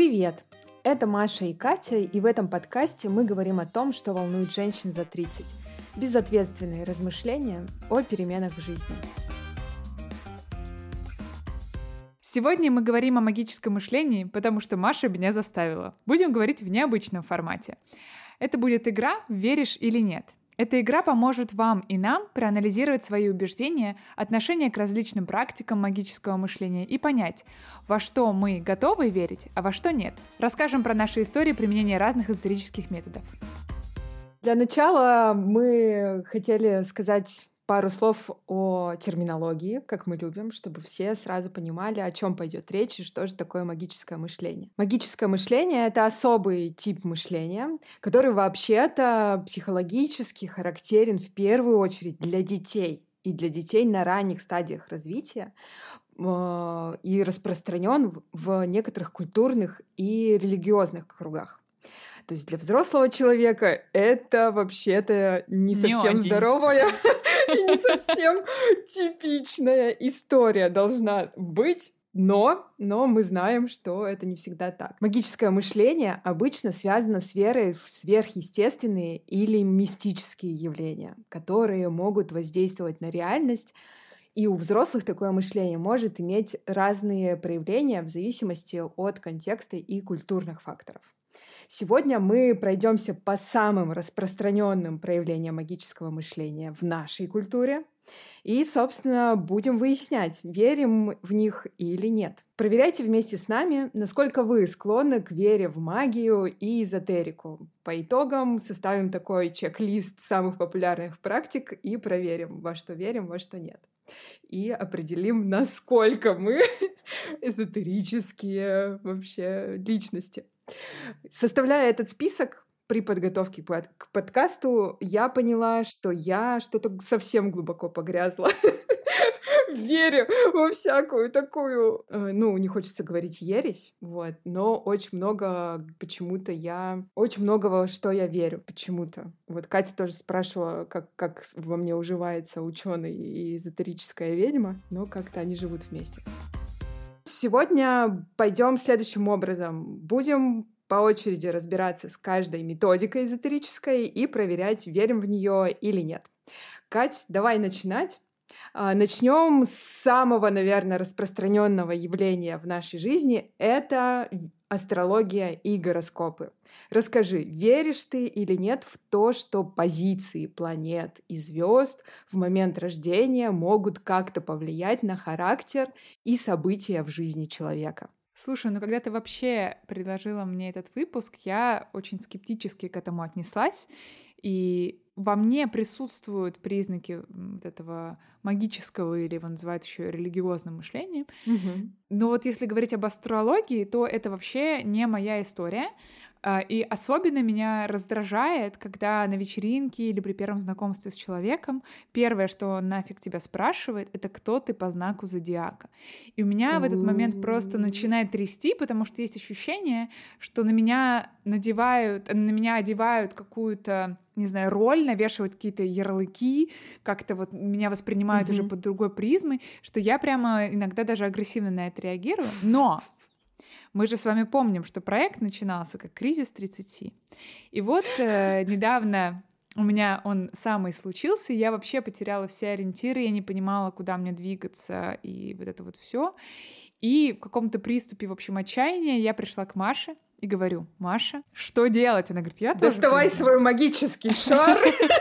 Привет! Это Маша и Катя, и в этом подкасте мы говорим о том, что волнует женщин за 30. Безответственные размышления о переменах в жизни. Сегодня мы говорим о магическом мышлении, потому что Маша меня заставила. Будем говорить в необычном формате. Это будет игра «Веришь или нет?». Эта игра поможет вам и нам проанализировать свои убеждения, отношение к различным практикам магического мышления и понять, во что мы готовы верить, а во что нет. Расскажем про наши истории применения разных эзотерических методов. Для начала мы хотели сказать пару слов о терминологии, как мы любим, чтобы все сразу понимали, о чем пойдет речь и что же такое магическое мышление. Магическое мышление — это особый тип мышления, который вообще-то психологически характерен в первую очередь для детей и для детей на ранних стадиях развития и распространен в некоторых культурных и религиозных кругах. То есть для взрослого человека это вообще-то не совсем здоровая и не совсем типичная история должна быть. Но мы знаем, что это не всегда так. Магическое мышление обычно связано с верой в сверхъестественные или мистические явления, которые могут воздействовать на реальность. И у взрослых такое мышление может иметь разные проявления в зависимости от контекста и культурных факторов. Сегодня мы пройдемся по самым распространенным проявлениям магического мышления в нашей культуре и, собственно, будем выяснять, верим в них или нет. Проверяйте вместе с нами, насколько вы склонны к вере в магию и эзотерику. По итогам составим такой чек-лист самых популярных практик и проверим, во что верим, во что нет. И определим, насколько мы эзотерические вообще личности. Составляя этот список при подготовке к подкасту, я поняла, что я что-то совсем глубоко погрязла в вере во всякую такую, не хочется говорить ересь, но очень много почему-то очень многого, что я верю почему-то. Катя тоже спрашивала, как во мне уживается ученый и эзотерическая ведьма, но как-то они живут вместе. Сегодня пойдем следующим образом. Будем по очереди разбираться с каждой методикой эзотерической и проверять, верим в нее или нет. Кать, давай начинать. Начнем с самого, наверное, распространенного явления в нашей жизни. Это астрология и гороскопы. Расскажи, веришь ты или нет в то, что позиции планет и звезд в момент рождения могут как-то повлиять на характер и события в жизни человека? Слушай, когда ты вообще предложила мне этот выпуск, я очень скептически к этому отнеслась, и во мне присутствуют признаки этого магического или его называют еще религиозным мышлением. Угу. Но если говорить об астрологии, то это вообще не моя история. И особенно меня раздражает, когда на вечеринке или при первом знакомстве с человеком первое, что он нафиг тебя спрашивает, это кто ты по знаку зодиака. И у меня в этот момент просто начинает трясти, потому что есть ощущение, что на меня одевают какую-то, не знаю, роль, навешивают какие-то ярлыки, как-то меня воспринимают уже под другой призмой, что я прямо иногда даже агрессивно на это реагирую. Но мы же с вами помним, что проект начинался как кризис 30. И недавно у меня он самый случился, и я вообще потеряла все ориентиры, я не понимала, куда мне двигаться, и это все. И в каком-то приступе, в общем, отчаяния я пришла к Маше и говорю: Маша, что делать? Она говорит: я тоже. Доставай свой магический шар.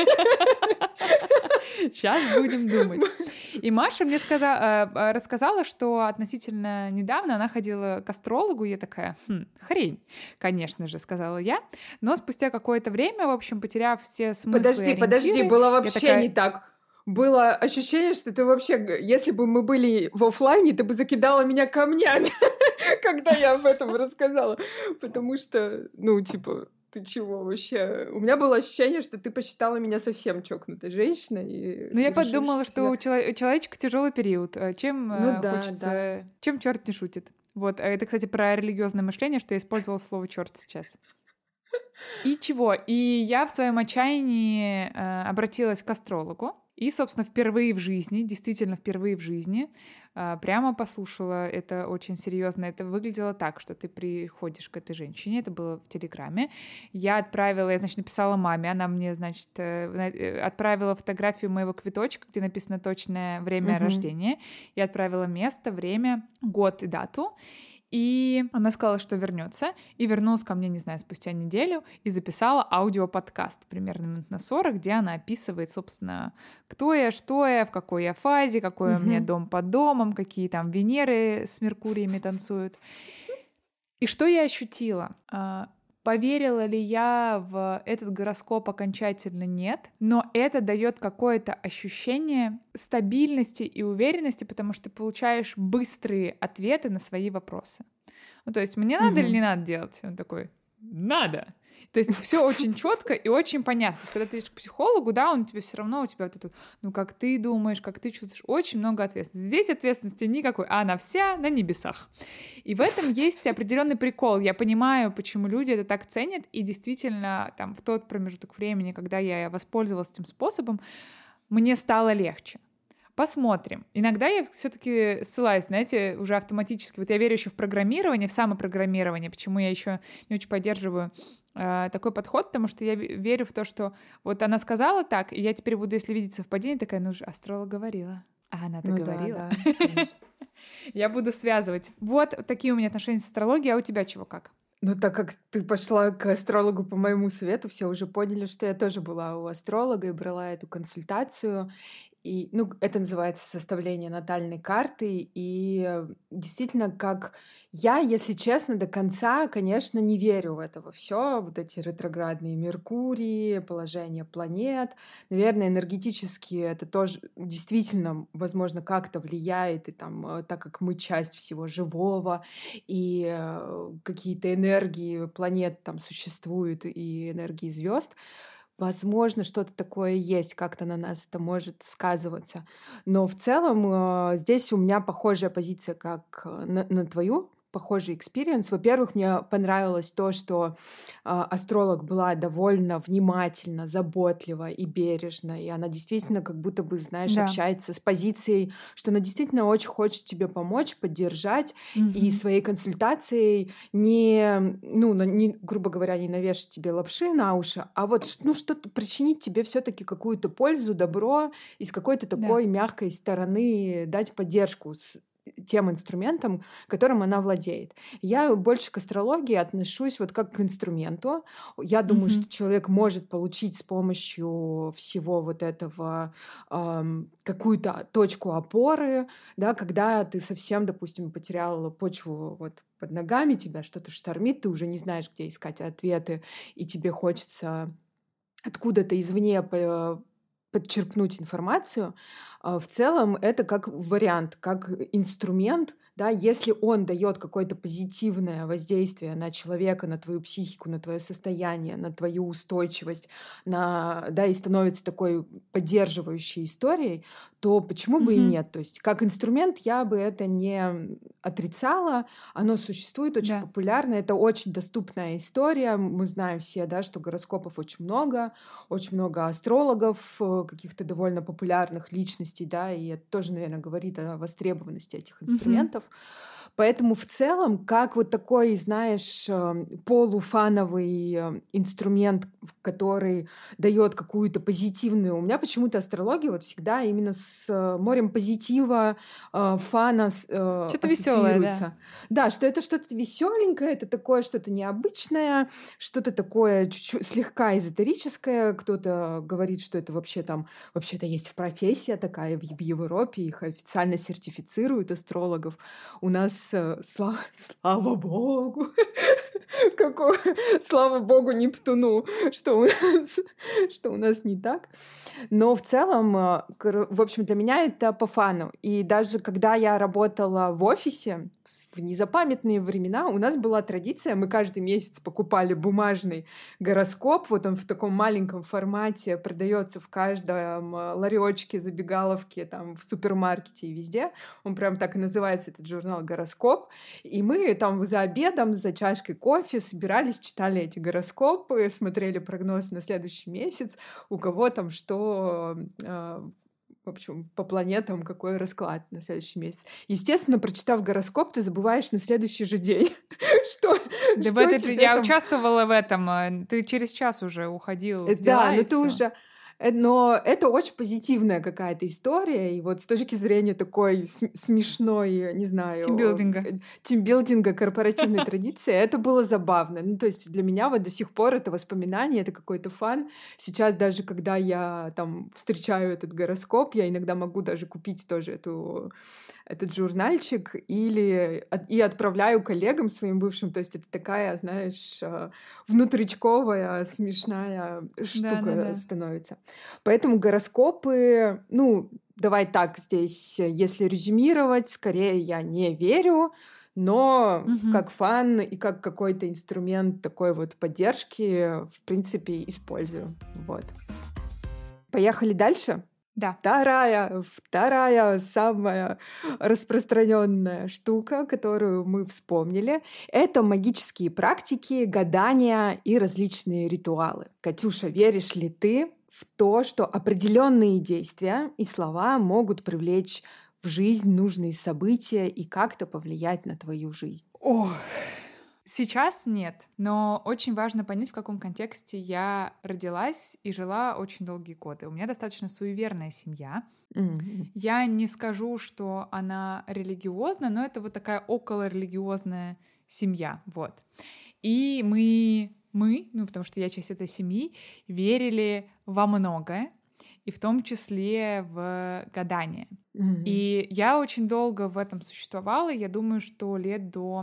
Сейчас будем думать. И Маша мне рассказала, что относительно недавно она ходила к астрологу, и я такая: хрень, конечно же, сказала я. Но спустя какое-то время, в общем, потеряв все смыслы и ориентиры... Подожди, было вообще не так. Было ощущение, что ты вообще, если бы мы были в офлайне, ты бы закидала меня камнями, когда я об этом рассказала. Потому что, ты чего вообще? У меня было ощущение, что ты посчитала меня совсем чокнутой женщиной. Я подумала, что у человечка тяжелый период. Чем хочется... Чем черт не шутит. Это, кстати, про религиозное мышление, что я использовала слово черт сейчас. И чего? И я в своем отчаянии обратилась к астрологу. И, собственно, действительно впервые в жизни прямо послушала, это очень серьезно. Это выглядело так, что ты приходишь к этой женщине, это было в Телеграме. Я, значит, написала маме, она мне, значит, отправила фотографию моего квиточка, где написано точное время рождения. Я отправила место, время, год и дату. И она сказала, что вернется, и вернулась ко мне, не знаю, спустя неделю, и записала аудиоподкаст примерно минут на 40, где она описывает, собственно, кто я, что я, в какой я фазе, какой у меня дом под домом, какие там Венеры с Меркуриями танцуют. И что я ощутила? Поверила ли я в этот гороскоп окончательно? Нет. Но это дает какое-то ощущение стабильности и уверенности, потому что ты получаешь быстрые ответы на свои вопросы. Ну, то есть, мне надо или не надо делать? Он такой, надо. То есть все очень четко и очень понятно. То есть, когда ты идешь к психологу, да, он тебе все равно, у тебя вот это, ну, как ты думаешь, как ты чувствуешь, очень много ответственности. Здесь ответственности никакой, а она вся на небесах. И в этом есть определенный прикол. Я понимаю, почему люди это так ценят, и действительно, там, в тот промежуток времени, когда я воспользовалась этим способом, мне стало легче. Посмотрим. Иногда я все-таки ссылаюсь, знаете, уже автоматически. Вот я верю еще в программирование, в самопрограммирование. Почему я еще не очень поддерживаю такой подход, потому что я верю в то, что вот она сказала так, и я теперь буду, если видеть совпадение, такая, ну же, астролог говорила, а она-то говорила. Да, конечно. Я буду связывать. Вот такие у меня отношения с астрологией, а у тебя чего как? Ну, так как ты пошла к астрологу по моему совету, все уже поняли, что я тоже была у астролога и брала эту консультацию. И, ну, это называется составление натальной карты. И действительно, как я, если честно, до конца, конечно, не верю в это все. Вот эти ретроградные Меркурии, положение планет. Наверное, энергетически это тоже действительно, возможно, как-то влияет. И там, так как мы часть всего живого, и какие-то энергии планет там существуют, и энергии звезд, возможно, что-то такое есть, как-то на нас это может сказываться. Но в целом здесь у меня похожая позиция, как на твою, похожий экспириенс. Во-первых, мне понравилось то, что астролог была довольно внимательна, заботлива и бережна, и она действительно как будто бы, знаешь, Да. общается с позицией, что она действительно очень хочет тебе помочь, поддержать, и своей консультацией не, грубо говоря, не навешать тебе лапши на уши, а вот что-то причинить тебе все-таки какую-то пользу, добро, и с какой-то такой мягкой стороны дать поддержку с тем инструментом, которым она владеет. Я больше к астрологии отношусь вот как к инструменту. Я думаю, что человек может получить с помощью всего вот этого какую-то точку опоры, да, когда ты совсем, допустим, потерял почву вот под ногами, тебя что-то штормит, ты уже не знаешь, где искать ответы, и тебе хочется откуда-то извне подчерпнуть информацию. В целом это как вариант, как инструмент, да, если он дает какое-то позитивное воздействие на человека, на твою психику, на твое состояние, на твою устойчивость, да, и становится такой поддерживающей историей, то почему бы и нет? То есть как инструмент я бы это не отрицала, оно существует, очень популярно, это очень доступная история, мы знаем все, да, что гороскопов очень много астрологов, каких-то довольно популярных личностей, да, и это тоже, наверное, говорит о востребованности этих инструментов. Поэтому в целом, как вот такой, знаешь, полуфановый инструмент, который дает какую-то позитивную... У меня почему-то астрология вот всегда именно с морем позитива, фана что-то веселое, да, что это что-то веселенькое, это такое что-то необычное, что-то такое чуть-чуть слегка эзотерическое. Кто-то говорит, что это вообще-то есть профессия такая в Европе, их официально сертифицируют астрологов. У нас слава богу, слава богу Нептуну, что у нас не так. Но в целом, в общем, для меня это по фану. И даже когда я работала в офисе, в незапамятные времена у нас была традиция, мы каждый месяц покупали бумажный гороскоп, вот он в таком маленьком формате продается в каждом ларечке, забегаловке, там, в супермаркете и везде. Он прям так и называется, этот журнал «Гороскоп». И мы там за обедом, за чашкой кофе собирались, читали эти гороскопы, смотрели прогноз на следующий месяц, у кого там что в общем, по планетам, какой расклад на следующий месяц. Естественно, прочитав гороскоп, ты забываешь на следующий же день, что да в этот же я участвовала в этом, ты через час уже уходил в дела, да, но ты уже... Но это очень позитивная какая-то история, и вот с точки зрения такой смешной, не знаю... Тимбилдинга, корпоративной традиции, это было забавно. Ну, то есть для меня вот до сих пор это воспоминание, это какой-то фан. Сейчас даже, когда я там встречаю этот гороскоп, я иногда могу даже купить тоже этот журнальчик и отправляю коллегам своим бывшим. То есть это такая, знаешь, внутричковая, смешная штука становится. Поэтому гороскопы, ну, давай так, здесь, если резюмировать, скорее я не верю, но как фан и как какой-то инструмент такой вот поддержки, в принципе, использую. Вот. Поехали дальше? Да. Вторая самая распространенная штука, которую мы вспомнили, это магические практики, гадания и различные ритуалы. Катюша, веришь ли ты в то, что определенные действия и слова могут привлечь в жизнь нужные события и как-то повлиять на твою жизнь? Ох, сейчас нет, но очень важно понять, в каком контексте я родилась и жила очень долгие годы. У меня достаточно суеверная семья. Я не скажу, что она религиозна, но это вот такая околорелигиозная семья, вот. И мы, ну, потому что я часть этой семьи, верили во многое, и в том числе в гадание. И я очень долго в этом существовала, я думаю, что лет до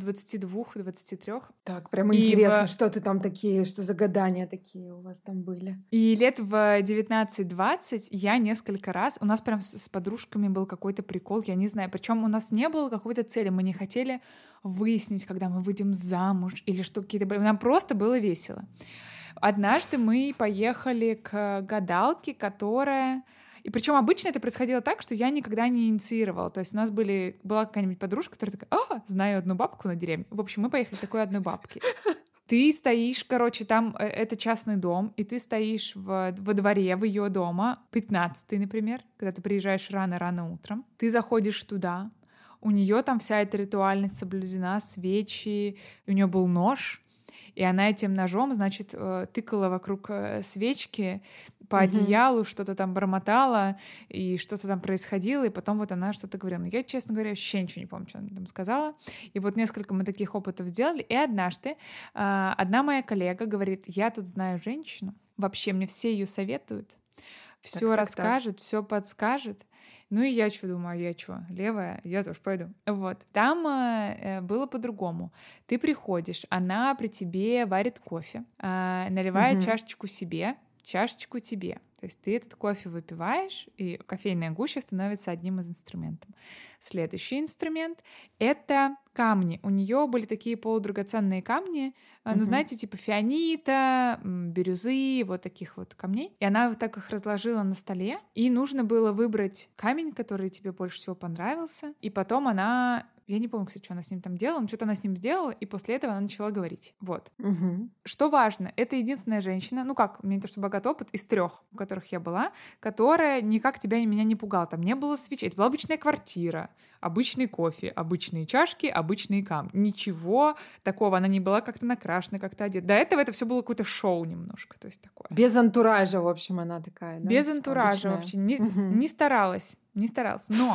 22-23. Так, прям интересно, что ты там такие, что за гадания такие у вас там были? И лет в 19-20 я несколько раз... У нас прям с подружками был какой-то прикол, я не знаю. Причем у нас не было какой-то цели, мы не хотели выяснить, когда мы выйдем замуж или что какие-то... Нам просто было весело. Однажды мы поехали к гадалке, которая... И причем обычно это происходило так, что я никогда не инициировала. То есть у нас была какая-нибудь подружка, которая такая: знаю одну бабку на деревне. В общем, мы поехали к такой одной бабке. Ты стоишь, короче, там это частный дом, и ты стоишь во дворе в ее дома, 15-й, например, когда ты приезжаешь рано-рано утром. Ты заходишь туда, у нее там вся эта ритуальность соблюдена, свечи, у нее был нож, и она этим ножом, значит, тыкала вокруг свечки по одеялу, что-то там бормотала, и что-то там происходило, и потом вот она что-то говорила. Но я, честно говоря, вообще ничего не помню, что она там сказала. И вот несколько мы таких опытов сделали, и однажды одна моя коллега говорит: я тут знаю женщину, вообще мне все ее советуют, все расскажет, все подскажет. Ну и я что думаю, я что, левая? Я тоже пойду. Вот. Там было по-другому. Ты приходишь, она при тебе варит кофе, наливает чашечку себе, чашечку тебе. То есть ты этот кофе выпиваешь, и кофейная гуща становится одним из инструментов. Следующий инструмент — это камни. У нее были такие полудрагоценные камни, ну, знаете, типа фианита, бирюзы, вот таких вот камней. И она вот так их разложила на столе, и нужно было выбрать камень, который тебе больше всего понравился, и потом она... Я не помню, кстати, что она с ним там делала, но что-то она с ним сделала, и после этого она начала говорить. Вот. Что важно, это единственная женщина, ну как, у меня не то что богатый опыт, из 3, у которых я была, которая никак меня не пугала. Там не было свечей. Это была обычная квартира, обычный кофе, обычные чашки, обычные камни. Ничего такого. Она не была как-то накрашена, как-то одета. До этого это все было какое-то шоу немножко. То есть такое. Без антуража, в общем, она такая. Да? Без антуража вообще. Не старалась. Но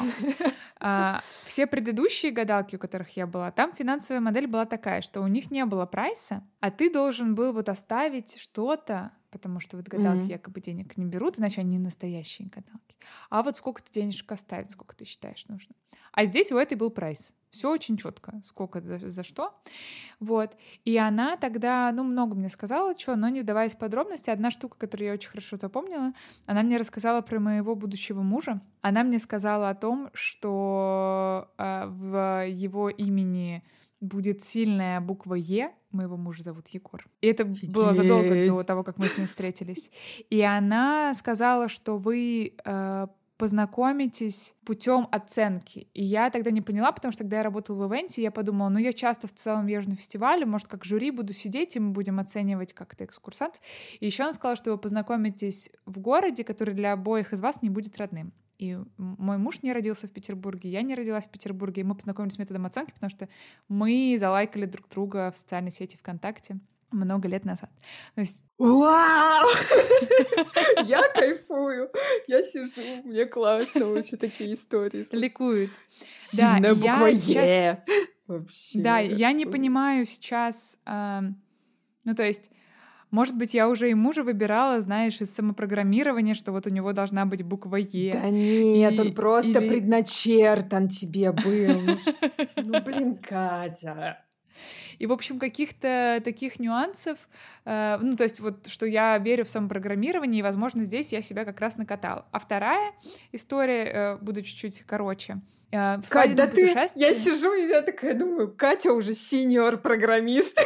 все предыдущие гадалки, у которых я была, там финансовая модель была такая, что у них не было прайса, а ты должен был вот оставить что-то, потому что вот гадалки якобы денег не берут, иначе они не настоящие гадалки. А вот сколько ты денежек оставить, сколько ты считаешь нужно. А здесь у этой был прайс. Все очень четко, сколько за что. Вот. И она тогда, много мне сказала, но не вдаваясь в подробности, одна штука, которую я очень хорошо запомнила, она мне рассказала про моего будущего мужа. Она мне сказала о том, что в его имени будет сильная буква «Е». Моего мужа зовут Егор. И это было задолго до того, как мы с ним встретились. И она сказала, что вы познакомитесь путем оценки. И я тогда не поняла, потому что когда я работала в ивенте, я подумала, ну я часто в целом езжу на фестивале, может, как жюри буду сидеть, и мы будем оценивать как-то экскурсант. И еще она сказала, что вы познакомитесь в городе, который для обоих из вас не будет родным. И мой муж не родился в Петербурге, я не родилась в Петербурге, и мы познакомились с методом оценки, потому что мы залайкали друг друга в социальной сети ВКонтакте много лет назад. То есть... Вау! Я кайфую. Я сижу, мне классно вообще такие истории. Ликует. Сильная буква Е. Вообще. Да, я не понимаю сейчас... Ну, то есть... Может быть, я уже и мужа выбирала, знаешь, из самопрограммирования, что вот у него должна быть буква Е. Да нет, он просто предначертан тебе был. Ну, блин, Катя. И, в общем, каких-то таких нюансов, ну, то есть вот, что я верю в самопрограммирование, и, возможно, здесь я себя как раз накатала. А вторая история, буду чуть-чуть короче. Кать, да ты... Я сижу, и я такая думаю, Катя уже синьор-программист.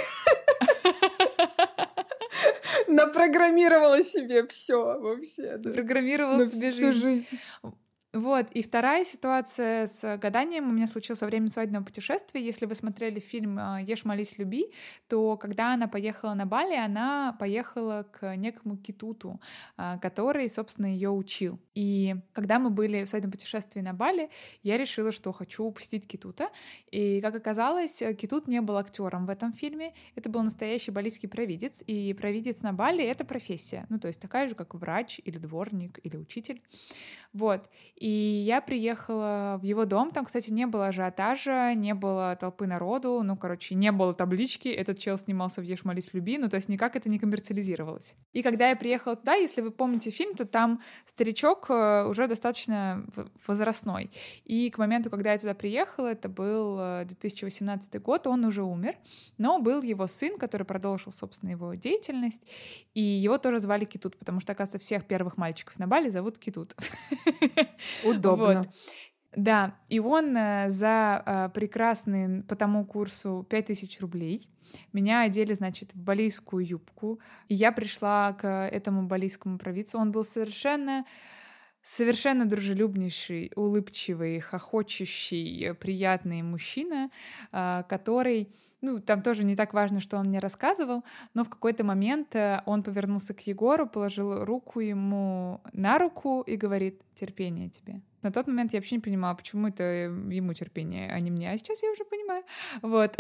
Напрограммировала себе все вообще. Программировала себе всю жизнь. Вот, и вторая ситуация с гаданием у меня случилась во время свадебного путешествия. Если вы смотрели фильм «Ешь, молись, люби», то когда она поехала на Бали, она поехала к некому Кетуту, который, собственно, ее учил. И когда мы были в свадебном путешествии на Бали, я решила, что хочу посетить Кетута. И, как оказалось, Кетут не был актером в этом фильме. Это был настоящий балийский провидец. И провидец на Бали — это профессия. Ну, то есть такая же, как врач или дворник или учитель. Вот. И я приехала в его дом, там, кстати, не было ажиотажа, не было толпы народу, ну, короче, не было таблички, этот чел снимался в «Ешь, молись, люби», ну, то есть никак это не коммерциализировалось. И когда я приехала туда, если вы помните фильм, то там старичок уже достаточно возрастной. И к моменту, когда я туда приехала, это был 2018 год, он уже умер, но был его сын, который продолжил, собственно, его деятельность, и его тоже звали Кетут, потому что, оказывается, всех первых мальчиков на Бали зовут Кетут. Удобно. Вот. Да, и он за прекрасный по тому курсу 5000 рублей меня одели, значит, в балийскую юбку. И я пришла к этому балийскому провидцу. Он был совершенно дружелюбнейший, улыбчивый, хохочущий, приятный мужчина, который... Ну, там тоже не так важно, что он мне рассказывал, но в какой-то момент он повернулся к Егору, положил руку ему на руку и говорит: «Терпение тебе». На тот момент я вообще не понимала, почему это ему терпение, а не мне. А сейчас я уже понимаю. Вот.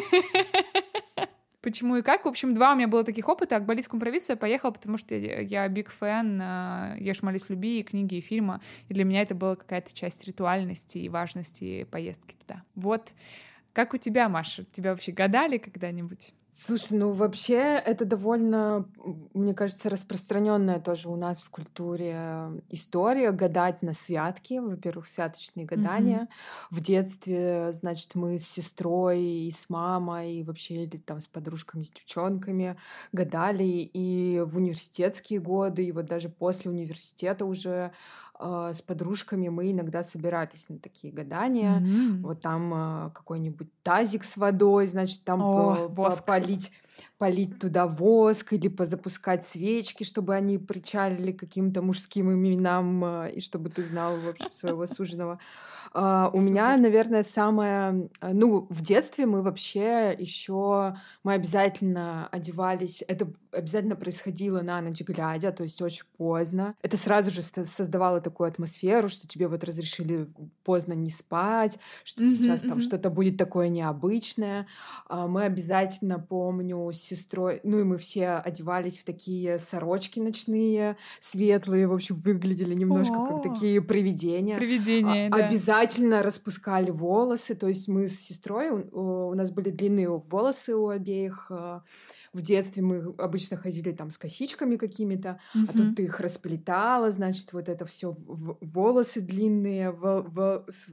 Почему и как. В общем, 2 у меня было таких опыта. А к балийскому провидцу я поехала, потому что я big fan «Ешь, молись, люби» и книги, и фильма. И для меня это была какая-то часть ритуальности и важности поездки туда. Вот. Как у тебя, Маша? Тебя вообще гадали когда-нибудь? Слушай, ну вообще это довольно, мне кажется, распространенная тоже у нас в культуре история гадать на святки. Во-первых, святочные гадания. В детстве, значит, мы с сестрой и с мамой, и вообще или там с подружками, с девчонками гадали. И в университетские годы, и вот даже после университета уже с подружками мы иногда собирались на такие гадания. Вот там какой-нибудь тазик с водой, значит, там полить туда воск или позапускать свечки, чтобы они причалили к каким-то мужским именам, и чтобы ты знал, в общем, своего суженого. У меня, наверное, самое... Ну, в детстве мы вообще еще... Мы обязательно одевались... Это обязательно происходило на ночь глядя, то есть очень поздно. Это сразу же создавало такую атмосферу, что тебе вот разрешили поздно не спать, что сейчас там что-то будет такое необычное. Мы обязательно, помню, с сестрой... Ну, и мы все одевались в такие сорочки ночные, светлые, в общем, выглядели немножко как такие привидения. Да. Обязательно распускали волосы, то есть мы с сестрой, у нас были длинные волосы у обеих. В детстве мы обычно ходили там с косичками какими-то, а тут ты их расплетала, значит, вот это все волосы длинные,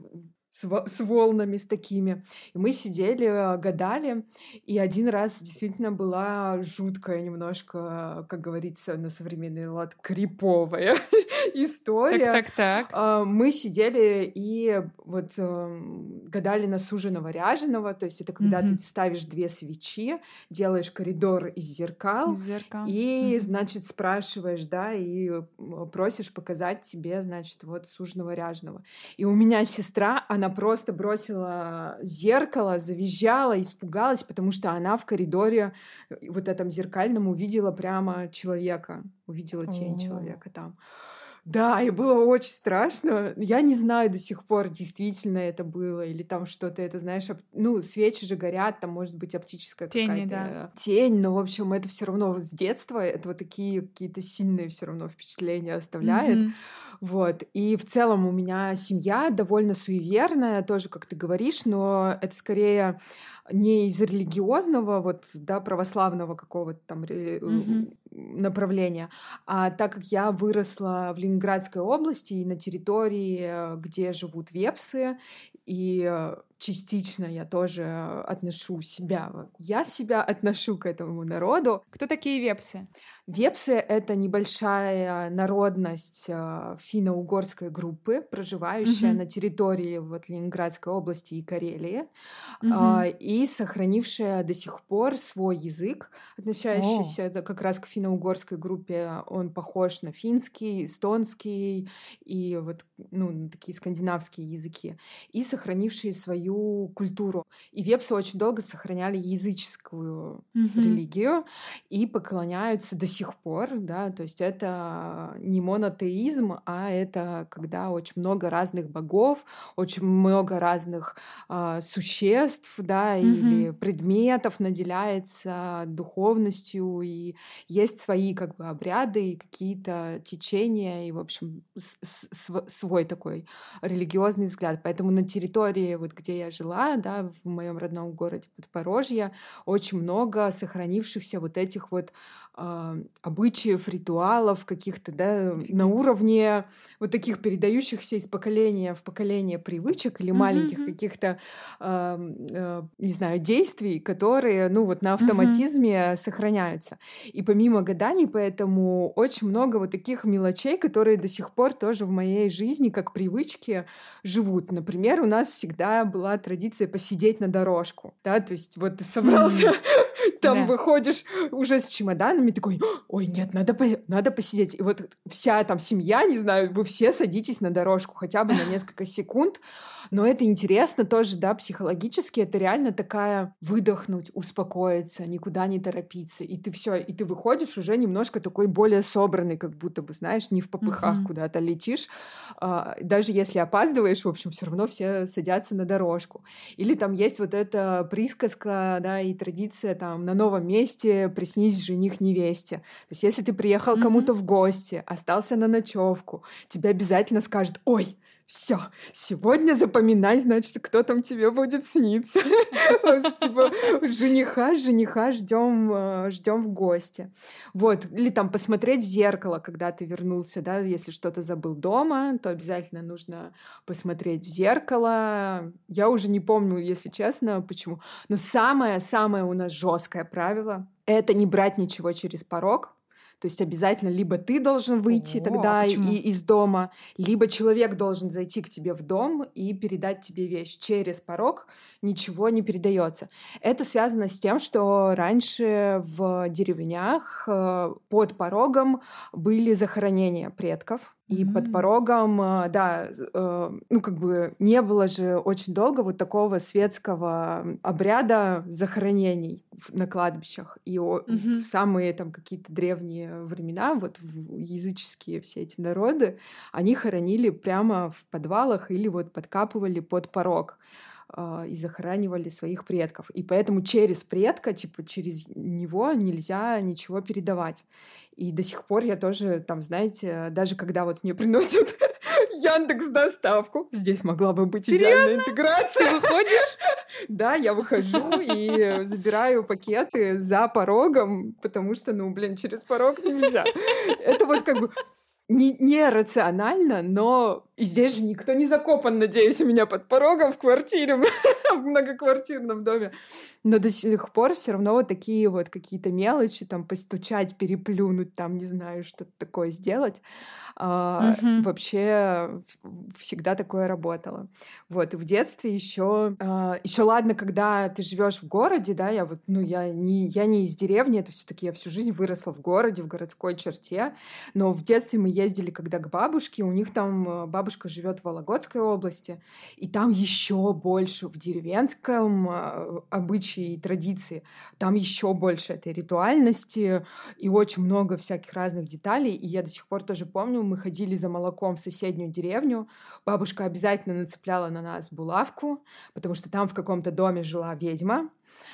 с волнами, с такими. И мы сидели, гадали, и один раз действительно была жуткая немножко, как говорится на современный лад, криповая история. Так. Мы сидели и вот гадали на суженого-ряженого, то есть это когда ты ставишь 2 свечи, делаешь коридор из зеркал, и, значит, спрашиваешь, да, и просишь показать тебе, значит, вот суженого-ряженого. И у меня сестра, она просто бросила зеркало, завизжала, испугалась, потому что она в коридоре вот этом зеркальном увидела прямо человека, увидела тень человека там. Да, и было очень страшно. Я не знаю до сих пор, действительно это было, или там что-то, это, знаешь, ну, свечи же горят, там может быть оптическая какая-то тень, но, в общем, это все равно с детства, это вот такие какие-то сильные все равно впечатления оставляет. Вот. И в целом у меня семья довольно суеверная, тоже, как ты говоришь, но это скорее не из религиозного, вот, да, православного какого-то там направления, а так как я выросла в Ленинградской области и на территории, где живут вепсы, и частично я тоже отношу себя, я себя отношу к этому народу. Кто такие вепсы? Вепсы — это небольшая народность финно-угорской группы, проживающая на территории вот Ленинградской области и Карелии, и сохранившая до сих пор свой язык, относящийся как раз к финно-угорской группе. Он похож на финский, эстонский и вот, ну, такие скандинавские языки, и сохранившие свою культуру. И вепсы очень долго сохраняли языческую религию и поклоняются до сих пор, да, то есть это не монотеизм, а это когда очень много разных богов, очень много разных существ, да, или предметов наделяется духовностью, и есть свои как бы обряды и какие-то течения, и, в общем, свой такой религиозный взгляд. Поэтому на территории, вот где я жила, да, в моем родном городе Подпорожье, очень много сохранившихся вот этих вот обычаев, ритуалов каких-то, да, на уровне вот таких передающихся из поколения в поколение привычек или маленьких каких-то, не знаю, действий, которые, ну, вот на автоматизме сохраняются. И помимо гаданий, поэтому очень много вот таких мелочей, которые до сих пор тоже в моей жизни как привычки живут. Например, у нас всегда была традиция посидеть на дорожку, да, то есть вот ты собрался, там выходишь уже с чемоданами, такой: ой, нет, надо посидеть. И вот вся там семья, не знаю, вы все садитесь на дорожку хотя бы на несколько секунд. Но это интересно тоже, да, психологически. Это реально такая выдохнуть, успокоиться, никуда не торопиться. И ты все, и ты выходишь уже немножко такой более собранный, как будто бы, знаешь, не в попыхах куда-то летишь. Даже если опаздываешь, в общем, все равно все садятся на дорожку. Или там есть вот эта присказка, да, и традиция там: на новом месте приснись жених невесте. То есть если ты приехал кому-то в гости, остался на ночевку, тебе обязательно скажут: ой, все, сегодня запоминай, значит, кто там тебе будет сниться. Типа жениха ждем в гости. Вот. Или там посмотреть в зеркало, когда ты вернулся, да, если что-то забыл дома, то обязательно нужно посмотреть в зеркало. Я уже не помню, если честно, почему. Но самое у нас жесткое правило — это не брать ничего через порог. То есть обязательно либо ты должен выйти тогда из дома, либо человек должен зайти к тебе в дом и передать тебе вещь. Через порог ничего не передается. Это связано с тем, что раньше в деревнях под порогом были захоронения предков. И под порогом, да, ну, как бы не было же очень долго вот такого светского обряда захоронений на кладбищах. И в самые там какие-то древние времена, вот языческие все эти народы, они хоронили прямо в подвалах или вот подкапывали под порог и захоранивали своих предков. И поэтому через предка, типа через него нельзя ничего передавать. И до сих пор я тоже там, знаете, даже когда вот мне приносят Яндекс.Доставку, здесь могла бы быть идеальная интеграция. Ты выходишь? Да, я выхожу и забираю пакеты за порогом, потому что, ну, блин, через порог нельзя. Это вот как бы не рационально, но И здесь же никто не закопан, надеюсь, у меня под порогом в квартире, в многоквартирном доме. Но до сих пор все равно вот такие вот какие-то мелочи, там, постучать, переплюнуть, там, не знаю, что-то такое сделать. Вообще всегда такое работало. Вот, и в детстве еще ладно, когда ты живешь в городе, да, я не из деревни, это все-таки я всю жизнь выросла в городе, в городской черте, но в детстве мы ездили когда к бабушке, у них там бабушка живет в Вологодской области, и там еще больше в деревенском обычае и традиции, там еще больше этой ритуальности и очень много всяких разных деталей, и я до сих пор тоже помню, мы ходили за молоком в соседнюю деревню, бабушка обязательно нацепляла на нас булавку, потому что там в каком-то доме жила ведьма,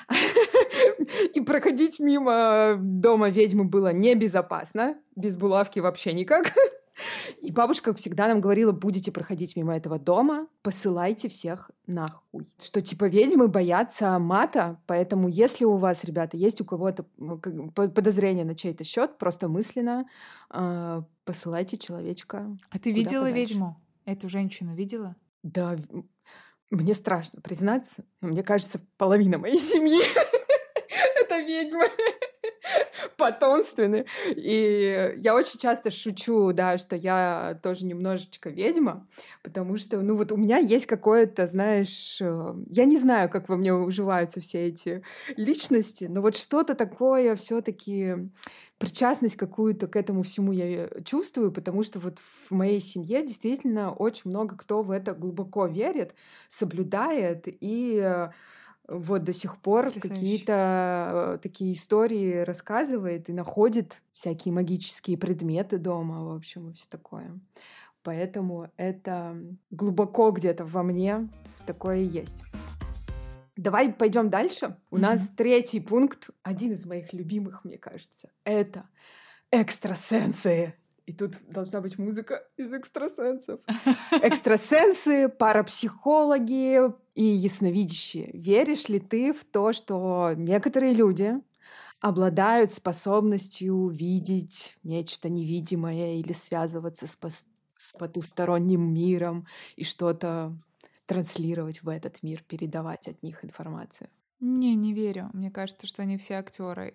и проходить мимо дома ведьмы было небезопасно, без булавки вообще никак. И бабушка всегда нам говорила, будете проходить мимо этого дома, посылайте всех нахуй. Что типа ведьмы боятся мата, поэтому если у вас, ребята, есть у кого-то подозрение на чей-то счет, просто мысленно посылайте человечка. А ты видела ведьму? Эту женщину видела? Да, мне страшно признаться, но мне кажется, половина моей семьи это ведьмы. Потомственные. И я очень часто шучу, да, что я тоже немножечко ведьма, потому что, ну вот у меня есть какое-то, знаешь, я не знаю, как во мне уживаются все эти личности, но вот что-то такое все-таки причастность какую-то к этому всему я чувствую, потому что вот в моей семье действительно очень много кто в это глубоко верит, соблюдает и вот до сих пор какие-то такие истории рассказывает и находит всякие магические предметы дома, в общем, и все такое. Поэтому это глубоко где-то во мне такое и есть. Давай пойдем дальше. У нас третий пункт, один из моих любимых, мне кажется, это экстрасенсы. И тут должна быть музыка из экстрасенсов. Экстрасенсы, парапсихологи и ясновидящие. Веришь ли ты в то, что некоторые люди обладают способностью видеть нечто невидимое или связываться с потусторонним миром и что-то транслировать в этот мир, передавать от них информацию? Не верю. Мне кажется, что они все актеры.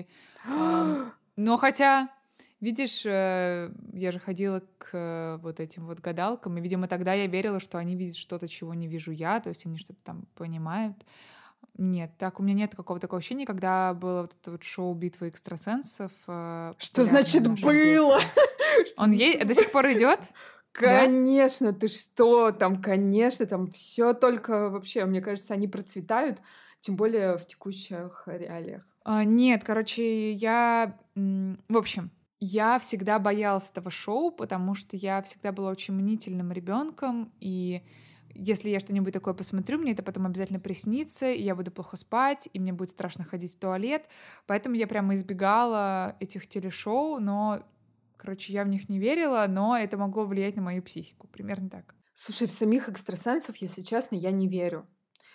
Но хотя... Видишь, я же ходила к вот этим вот гадалкам, и, видимо, тогда я верила, что они видят что-то, чего не вижу я, то есть они что-то там понимают. Нет, так у меня нет какого-то такого ощущения, когда было вот это вот шоу «Битва экстрасенсов». Что значит «было»? Он до сих пор идет? Конечно, ты что? Там, конечно, там все только вообще, мне кажется, они процветают, тем более в текущих реалиях. Нет, короче, в общем... Я всегда боялась этого шоу, потому что я всегда была очень мнительным ребенком, и если я что-нибудь такое посмотрю, мне это потом обязательно приснится, и я буду плохо спать, и мне будет страшно ходить в туалет. Поэтому я прямо избегала этих телешоу, но, короче, я в них не верила, но это могло влиять на мою психику. Примерно так. Слушай, в самих экстрасенсов, если честно, я не верю.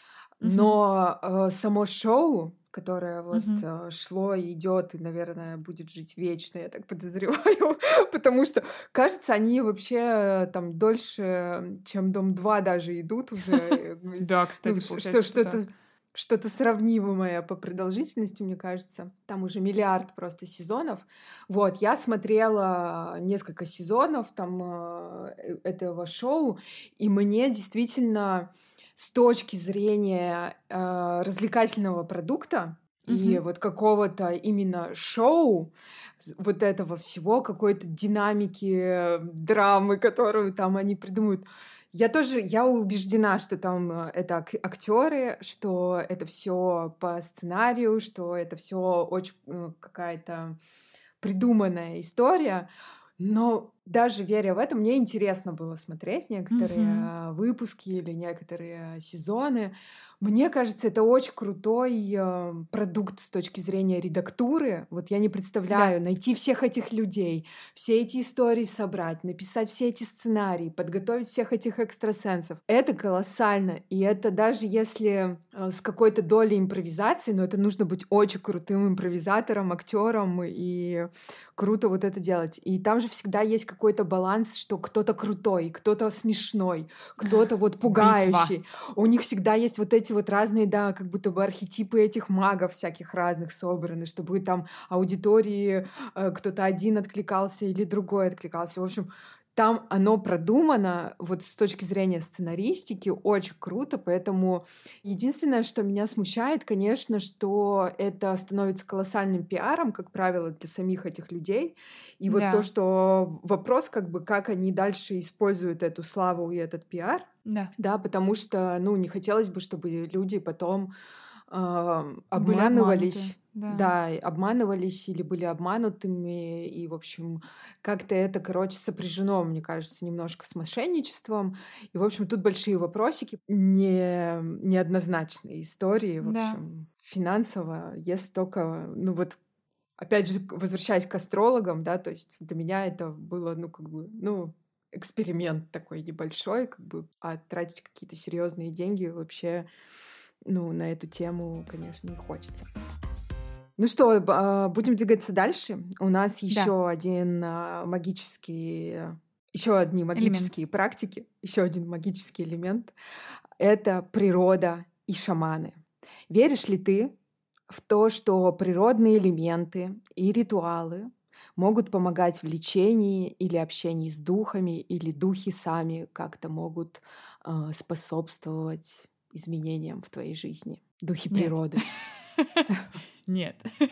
Но само шоу, которое вот шло и идет, и, наверное, будет жить вечно, я так подозреваю, потому что, кажется, они вообще там дольше, чем «Дом-2» даже идут уже. Да, кстати, что-то сравнимое по продолжительности, мне кажется. Там уже миллиард просто сезонов. Вот, я смотрела несколько сезонов там этого шоу, и мне действительно... с точки зрения развлекательного продукта и вот какого-то именно шоу, вот этого всего, какой-то динамики, драмы, которую там они придумывают, я убеждена, что там это актеры, что это все по сценарию, что это все очень какая-то придуманная история. Но даже веря в это, мне интересно было смотреть некоторые выпуски или некоторые сезоны. Мне кажется, это очень крутой продукт с точки зрения редактуры. Вот я не представляю, Да, найти всех этих людей, все эти истории собрать, написать все эти сценарии, подготовить всех этих экстрасенсов. Это колоссально. И это даже если с какой-то долей импровизации, но это нужно быть очень крутым импровизатором, актером, и круто вот это делать. И там же всегда есть какой-то баланс, что кто-то крутой, кто-то смешной, кто-то вот битва. пугающий. У них всегда есть вот эти вот разные, да, как будто бы архетипы этих магов всяких разных собраны, чтобы там аудитории кто-то один откликался или другой откликался. В общем, там оно продумано вот с точки зрения сценаристики очень круто, поэтому единственное, что меня смущает, конечно, что это становится колоссальным пиаром, как правило, для самих этих людей. И вот то, Да, что вопрос, как бы, как они дальше используют эту славу и этот пиар, да. да, потому что, ну, не хотелось бы, чтобы люди потом Были обмануты. обманывались, Да. да, и обманывались или были обманутыми, и, в общем, как-то это, короче, сопряжено, мне кажется, немножко с мошенничеством. И, в общем, тут большие вопросики, неоднозначные истории, в Да. общем, финансово, если только, ну вот, опять же, возвращаясь к астрологам, да, то есть для меня это было, ну, как бы, ну, эксперимент такой небольшой, как бы, а тратить какие-то серьезные деньги вообще, ну, на эту тему, конечно, не хочется. Ну что, будем двигаться дальше. У нас Да. еще еще одни Элемент. магические практики, еще один магический элемент. Это природа и шаманы. Веришь ли ты в то, что природные элементы и ритуалы могут помогать в лечении или общении с духами, или духи сами как-то могут способствовать изменениям в твоей жизни? Духи Нет. природы. Нет.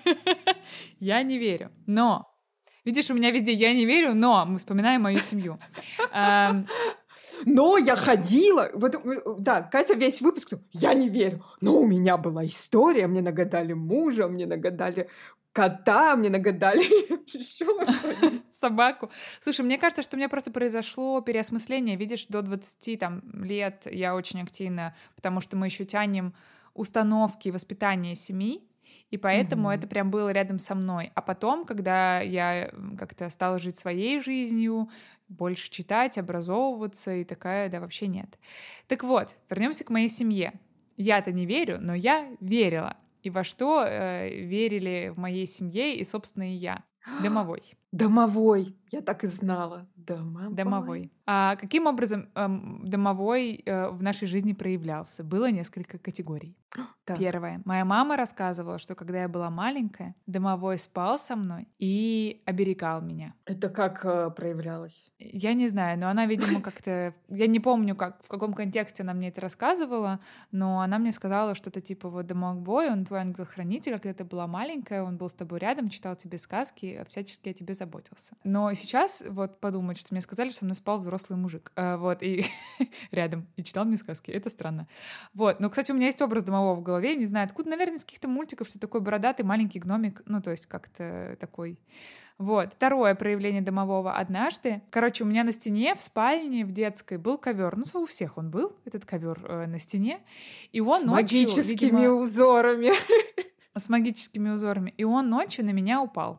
Я не верю. Но, видишь, у меня везде «я не верю», но мы вспоминаем мою семью. Ам, Но я ходила, вот, да, Катя весь выпуск, я не верю, но у меня была история, мне нагадали мужа, мне нагадали кота, мне нагадали еще что-нибудь. Собаку. Слушай, мне кажется, что у меня просто произошло переосмысление. Видишь, до 20 там, лет я очень активна, потому что мы еще тянем установки воспитания семьи, и поэтому это Мгм. прям было рядом со мной. А потом, когда я как-то стала жить своей жизнью, больше читать, образовываться, и такая, да, вообще нет. Так вот, вернемся к моей семье. Я-то не верю, но я верила. И во что верили в моей семье и, собственно, и я. Домовой. Домовой, я так и знала. Домовой. Домовой. А каким образом домовой в нашей жизни проявлялся? Было несколько категорий. Так, Первое. Моя мама рассказывала, что когда я была маленькая, домовой спал со мной и оберегал меня. это как проявлялось? Я не знаю, но она, видимо, как-то... Я не помню, как, в каком контексте она мне это рассказывала, но она мне сказала что-то типа вот домовой, он твой ангел-хранитель, а когда ты была маленькая, он был с тобой рядом, читал тебе сказки, всячески о тебе заботился. Но сейчас вот подумать, что мне сказали, что со мной спал взрослый мужик, вот, и рядом, и читал мне сказки, это странно. Вот, но, кстати, у меня есть образ домового в голове, не знаю откуда, наверное, из каких-то мультиков, что такой бородатый маленький гномик, ну, то есть как-то такой. Вот. Второе проявление домового однажды. Короче, у меня на стене в спальне в детской был ковер. Ну, у всех он был, этот ковер на стене. И С он ночью, магическими видимо, узорами. с магическими узорами. И он ночью на меня упал.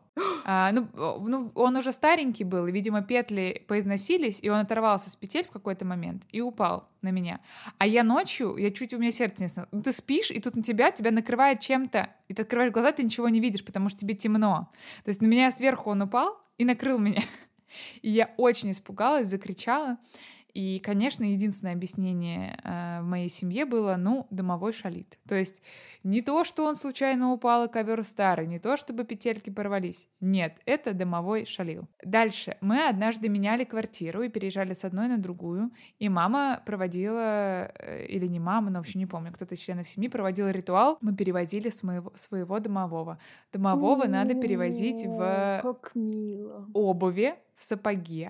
Ну, он уже старенький был, и, видимо, петли поизносились, и он оторвался с петель в какой-то момент и упал на меня. А я ночью, у меня сердце не становится. Ну, ты спишь, и тут на тебя накрывает чем-то, и ты открываешь глаза, ты ничего не видишь, потому что тебе темно. То есть на меня сверху он упал и накрыл меня. И я очень испугалась, закричала. И, конечно, единственное объяснение в моей семье было, ну, домовой шалит. То есть не то, что он случайно упал, и ковер старый, не то, чтобы петельки порвались. Нет, это домовой шалил. Дальше. Мы однажды меняли квартиру и переезжали с одной на другую, и мама проводила, или не мама, но вообще не помню, кто-то из членов семьи проводил ритуал. Мы перевозили своего домового. Домового надо перевозить в Как мило. обуви, в сапоге.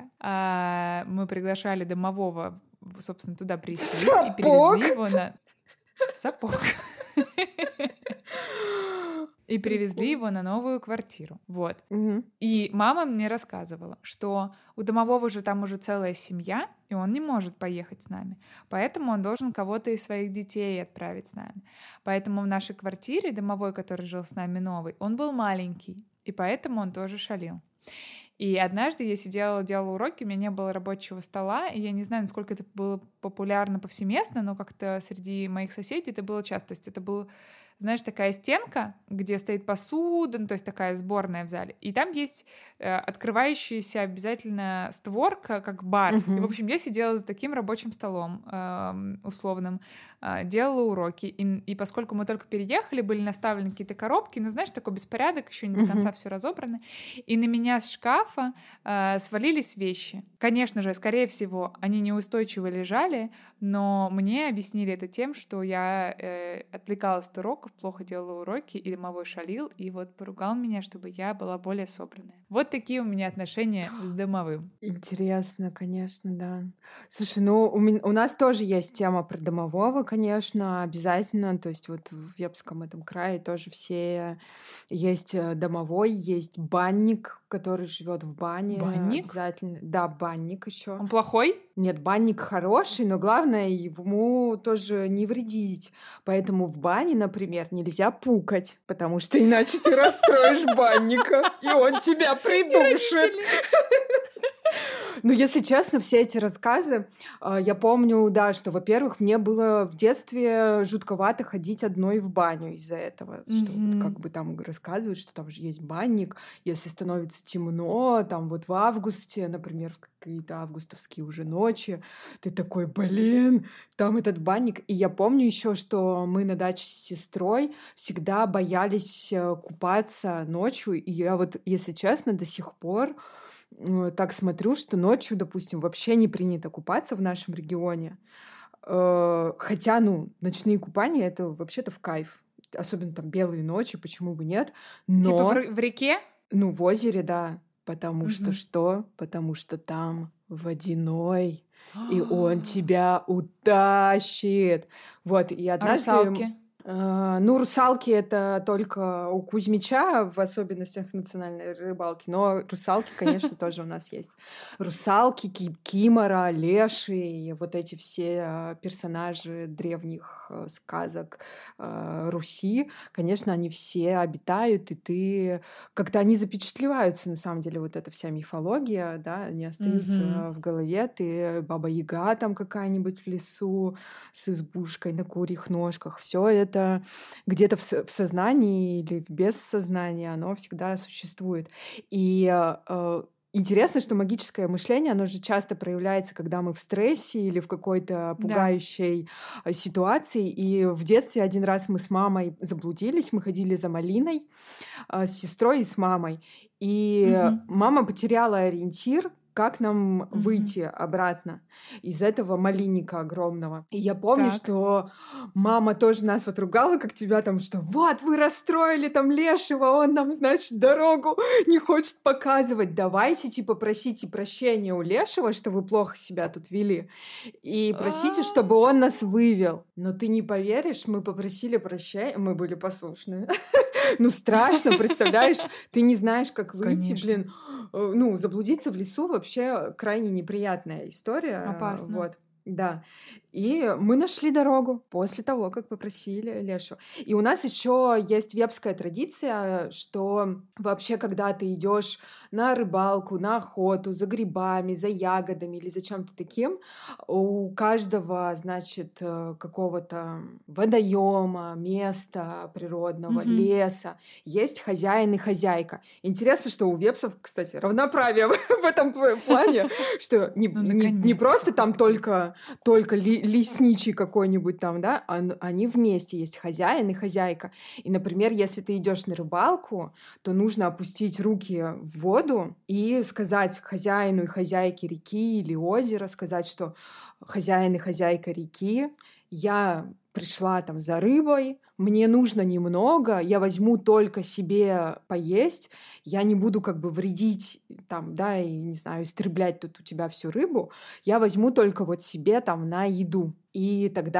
Мы приглашали домового, собственно, туда присесть и перевезли его в сапог. И и привезли его на новую квартиру. Вот. Мгм. И мама мне рассказывала, что у домового же там уже целая семья, и он не может поехать с нами. Поэтому он должен кого-то из своих детей отправить с нами. Поэтому в нашей квартире домовой, который жил с нами новый, он был маленький, и поэтому он тоже шалил. И однажды я сидела, делала уроки, у меня не было рабочего стола, и я не знаю, насколько это было популярно повсеместно, но как-то среди моих соседей это было часто. То есть это был, знаешь, такая стенка, где стоит посуда, ну, то есть такая сборная в зале, и там есть открывающаяся обязательно створка, как бар. И, в Мгм. общем, я сидела за таким рабочим столом условным, делала уроки, и поскольку мы только переехали, были наставлены какие-то коробки, ну, знаешь, такой беспорядок, еще не до конца Мгм. все разобрано, и на меня с шкафа свалились вещи. Конечно же, скорее всего, они неустойчиво лежали, но мне объяснили это тем, что я отвлекалась от уроков, плохо делала уроки, и домовой шалил, и вот поругал меня, чтобы я была более собранная. Вот такие у меня отношения с домовым. Интересно, конечно, да. Слушай, ну у нас тоже есть тема про домового, конечно, обязательно. То есть вот в Вепском этом крае тоже все есть домовой, есть банник, который живет в бане Банник? обязательно. Да, банник еще. Он плохой? Нет, банник хороший, но главное ему тоже не вредить. Поэтому в бане, например, нельзя пукать, потому что иначе ты расстроишь банника, и он тебя придушит. Ну, если честно, все эти рассказы, я помню, да, что, во-первых, мне было в детстве жутковато ходить одной в баню из-за этого, что вот как бы там рассказывают, что там же есть банник, если становится темно, там вот в августе, например, в какие-то августовские уже ночи, ты такой, блин, там этот банник. И я помню еще, что мы на даче с сестрой всегда боялись купаться ночью, и я вот, если честно, до сих пор так смотрю, что ночью, допустим, вообще не принято купаться в нашем регионе. Хотя, ну, ночные купания — это вообще-то в кайф. Особенно там белые ночи, почему бы нет. Типа Но, в реке? ну, в озере, да. Потому что Мгм. что? Потому что там водяной, и он тебя утащит. Вот, и А однажды... русалки? Ну, русалки — это только у Кузьмича в особенностях национальной рыбалки, но русалки, конечно, тоже у нас есть. Русалки, кикимора, леший, вот эти все персонажи древних сказок Руси, конечно, они все обитают, и ты... Как-то они запечатлеваются, на самом деле, вот эта вся мифология, да, они остаются Мгм. в голове. Ты Баба-Яга там какая-нибудь в лесу с избушкой на курьих ножках. Все это где-то в сознании или в бессознании, оно всегда существует. И интересно, что магическое мышление, оно же часто проявляется, когда мы в стрессе или в какой-то Да. пугающей ситуации. И в детстве один раз мы с мамой заблудились, мы ходили за малиной с сестрой и с мамой. И Мгм. мама потеряла ориентир, как нам Мгм. выйти обратно из этого малинника огромного. И я помню, Так. что мама тоже нас вот ругала, как тебя там, что вот вы расстроили там лешего, он нам, значит, дорогу не хочет показывать. Давайте, типа, просите прощения у лешего, что вы плохо себя тут вели, и просите, чтобы он нас вывел. Но ты не поверишь, мы попросили прощения, мы были послушны. Ну, страшно, представляешь, ты не знаешь, как выйти, Конечно. блин. Ну, заблудиться в лесу вообще крайне неприятная история, Опасно. вот. Да. И мы нашли дорогу после того, как попросили лешего. И у нас еще есть вепская традиция, что вообще, когда ты идешь на рыбалку, на охоту за грибами, за ягодами или за чем-то таким, у каждого, значит, какого-то водоема, места природного, Мгм. леса есть хозяин и хозяйка. Интересно, что у вепсов, кстати, равноправие в этом плане, что Ну, не просто наконец-то там хоть кто. только лесничий какой-нибудь там, да, они вместе есть хозяин и хозяйка. И, например, если ты идешь на рыбалку, то нужно опустить руки в воду и сказать хозяину и хозяйке реки или озера, сказать, что хозяин и хозяйка реки, я пришла там за рыбой, мне нужно немного, я возьму только себе поесть, я не буду как бы вредить там, да, и, не знаю, истреблять тут у тебя всю рыбу, я возьму только вот себе там на еду. И тогда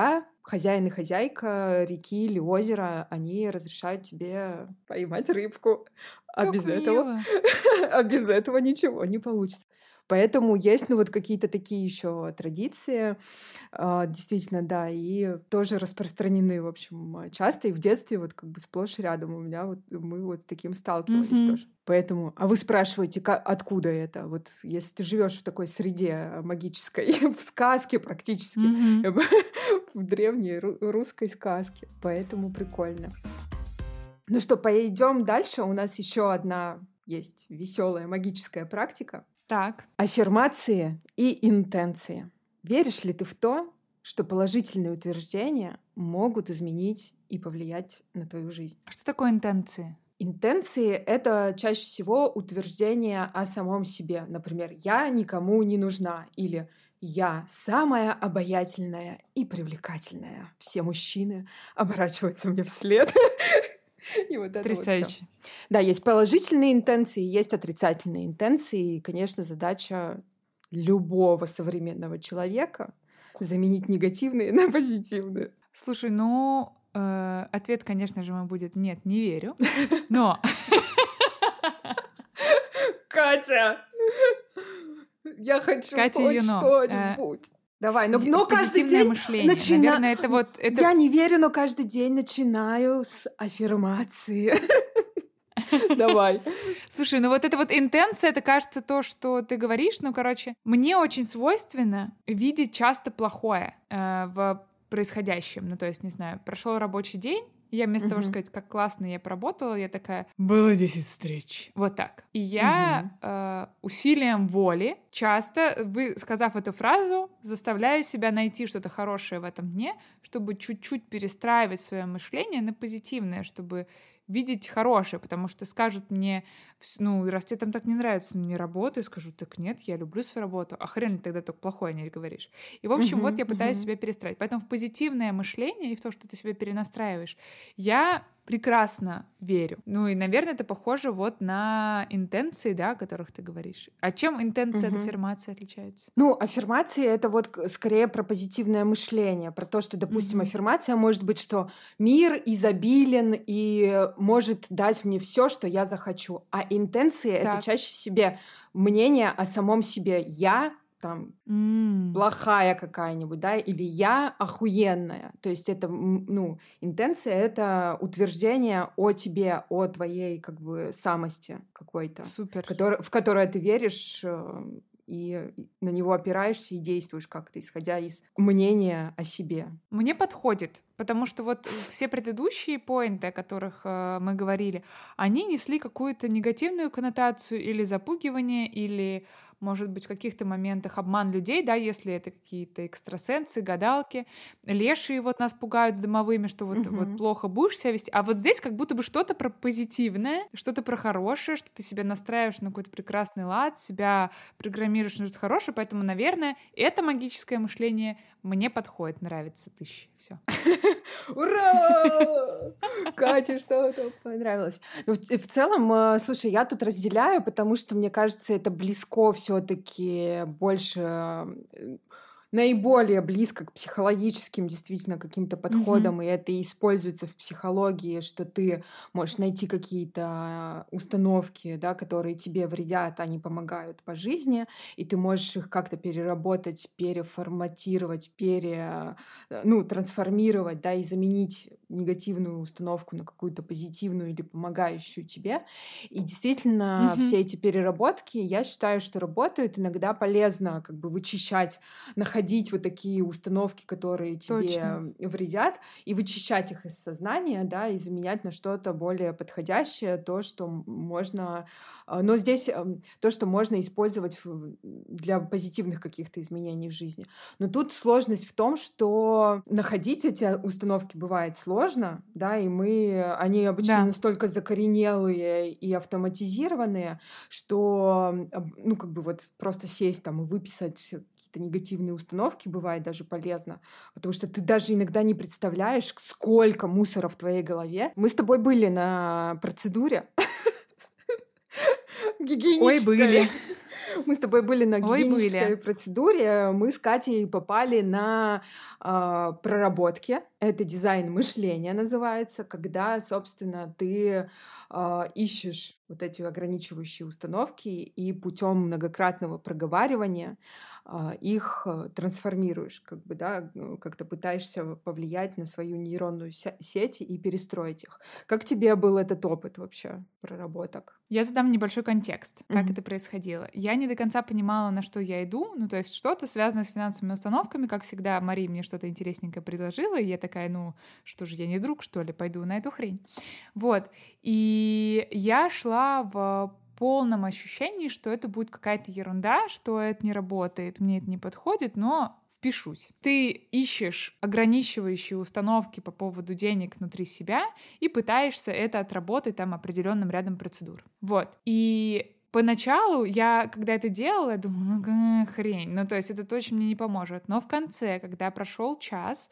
хозяин и хозяйка реки или озера, они разрешают тебе поймать рыбку. А без этого, а без этого ничего не получится. Поэтому есть, вот какие-то такие еще традиции, действительно, да, и тоже распространены, в общем, часто, и в детстве вот как бы сплошь и рядом у меня мы вот с таким сталкивались тоже. Поэтому, а вы спрашиваете, откуда это? Вот если ты живешь в такой среде магической, в сказке практически, в древней русской сказке, поэтому прикольно. Ну что, пойдем дальше. У нас еще одна есть веселая магическая практика. Так. Аффирмации и интенции. Веришь ли ты в то, что положительные утверждения могут изменить и повлиять на твою жизнь? Что такое интенции? Интенции — это чаще всего утверждение о самом себе. Например, «я никому не нужна» или «я самая обаятельная и привлекательная». Все мужчины оборачиваются мне вслед. И вот потрясающе. Вот да, есть положительные интенции, есть отрицательные интенции. И, конечно, задача любого современного человека заменить негативные на позитивные. Слушай, ответ, конечно же, мой будет «нет, не верю». Но... Катя! Я хочу хоть что-нибудь. Давай, но каждый день мышление. Наверное, это... Я не верю, но каждый день начинаю с аффирмации. Давай. Слушай, вот эта вот интенция, это, кажется, то, что ты говоришь. Мне очень свойственно видеть часто плохое в происходящем. То есть, не знаю, прошел рабочий день, я вместо того, чтобы сказать, как классно я поработала, я такая, было 10 встреч. Вот так. И я усилием воли часто, сказав эту фразу, заставляю себя найти что-то хорошее в этом дне, чтобы чуть-чуть перестраивать свое мышление на позитивное, чтобы видеть хорошее, потому что скажут мне, раз тебе там так не нравится, не работай, скажу, так нет, я люблю свою работу, а хрен ли тогда только плохое не говоришь. И, в общем, я пытаюсь себя перестраивать. Поэтому в позитивное мышление и в то, что ты себя перенастраиваешь, я прекрасно верю. И, наверное, это похоже на интенции, да, о которых ты говоришь. А чем интенция от аффирмации отличаются? Аффирмации — это скорее про позитивное мышление, про то, что, допустим, аффирмация может быть, что мир изобилен и может дать мне все, что я захочу. А интенции — это чаще всего мнение о самом себе. Я плохая какая-нибудь, да, или я охуенная. То есть это, интенция — это утверждение о тебе, о твоей, самости какой-то. Супер. В которое ты веришь и на него опираешься и действуешь как-то, исходя из мнения о себе. Мне подходит, потому что все предыдущие поинты, о которых мы говорили, они несли какую-то негативную коннотацию или запугивание, или, может быть, в каких-то моментах обман людей, да, если это какие-то экстрасенсы, гадалки, лешие нас пугают с домовыми, что плохо будешь себя вести, а здесь как будто бы что-то про позитивное, что-то про хорошее, что ты себя настраиваешь на какой-то прекрасный лад, себя программируешь на что-то хорошее, поэтому, наверное, это магическое мышление мне подходит, нравится 1000. Все. Ура! Кате что-то понравилось. В целом, слушай, я тут разделяю, потому что, мне кажется, это близко все-таки больше... наиболее близко к психологическим действительно каким-то подходам, и это и используется в психологии, что ты можешь найти какие-то установки, да, которые тебе вредят, они помогают по жизни, и ты можешь их как-то переработать, переформатировать, трансформировать, да, и заменить негативную установку на какую-то позитивную или помогающую тебе. И действительно, все эти переработки, я считаю, что работают. Иногда полезно вычищать, находить такие установки, которые тебе вредят, и вычищать их из сознания, да, и заменять на что-то более подходящее, то, что можно... Но здесь то, что можно использовать для позитивных каких-то изменений в жизни. Но тут сложность в том, что находить эти установки бывает сложно, да, и они обычно настолько закоренелые и автоматизированные, что, просто сесть и выписать какие-то негативные установки бывает даже полезно, потому что ты даже иногда не представляешь, сколько мусора в твоей голове. Мы с тобой были на процедуре гигиенической. Ой, были. Мы с тобой были на Ой, гигиенической были. процедуре. Мы с Катей попали на проработки. Это дизайн мышления называется, когда, собственно, ты ищешь вот эти ограничивающие установки и путем многократного проговаривания их трансформируешь, как бы, да, как-то пытаешься повлиять на свою нейронную сеть и перестроить их. Как тебе был этот опыт вообще проработок? Я задам небольшой контекст, как Мгм. это происходило. Я не до конца понимала, на что я иду, ну, то есть что-то связано с финансовыми установками, как всегда, Мария мне что-то интересненькое предложила, и я такая, ну, что же, я не друг, что ли, пойду на эту хрень. Вот, и я шла в полном ощущении, что это будет какая-то ерунда, что это не работает, мне это не подходит, но впишусь. Ты ищешь ограничивающие установки по поводу денег внутри себя и пытаешься это отработать там определенным рядом процедур. Вот. И поначалу я, когда это делала, я думала, ну какая хрень, ну то есть это точно мне не поможет. Но в конце, когда прошел час,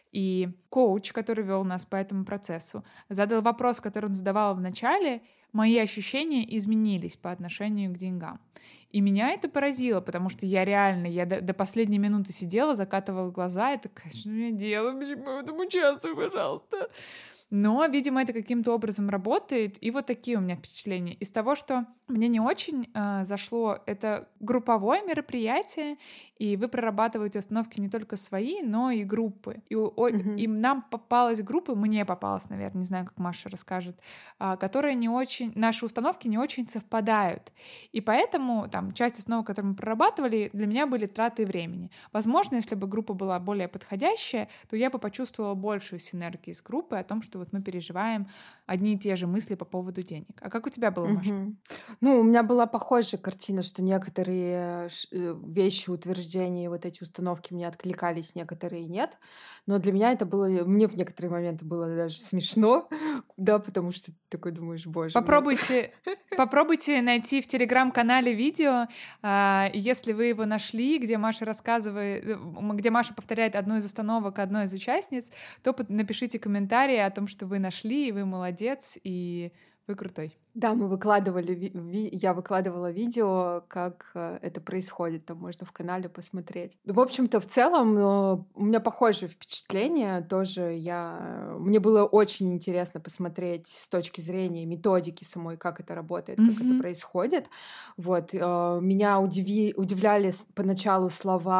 и коуч, который вел нас по этому процессу, задал вопрос, который он задавал в начале, мои ощущения изменились по отношению к деньгам. И меня это поразило, потому что я реально, я до последней минуты сидела, закатывала глаза, и такая, что я делаю, почему я в этом участвую, пожалуйста. Но, видимо, это каким-то образом работает, и вот такие у меня впечатления. Из того, что мне не очень зашло, это групповое мероприятие, и вы прорабатываете установки не только свои, но и группы. И нам попалась группа, мне попалась, наверное, не знаю, как Маша расскажет, которые не очень, наши установки не очень совпадают. И поэтому там часть установок, которые мы прорабатывали, для меня были траты времени. Возможно, если бы группа была более подходящая, то я бы почувствовала большую синергию с группой о том, что вот мы переживаем одни и те же мысли по поводу денег. А как у тебя было, Маша? Ну, у меня была похожая картина, что некоторые вещи, утверждения, вот эти установки мне откликались, некоторые нет. Но для меня это было, мне в некоторые моменты было даже смешно, да, потому что ты такой думаешь, боже мой. Попробуйте найти в телеграм-канале видео, если вы его нашли, где Маша рассказывает, где Маша повторяет одну из установок одной из участниц, то напишите комментарии о том, что вы нашли, и вы молодец, и вы крутой. Да, мы выкладывали, я выкладывала видео, как это происходит, там можно в канале посмотреть. В общем-то, в целом, у меня похожее впечатление тоже. Мне было очень интересно посмотреть с точки зрения методики самой, как это работает, как это происходит. Вот. Меня удивляли поначалу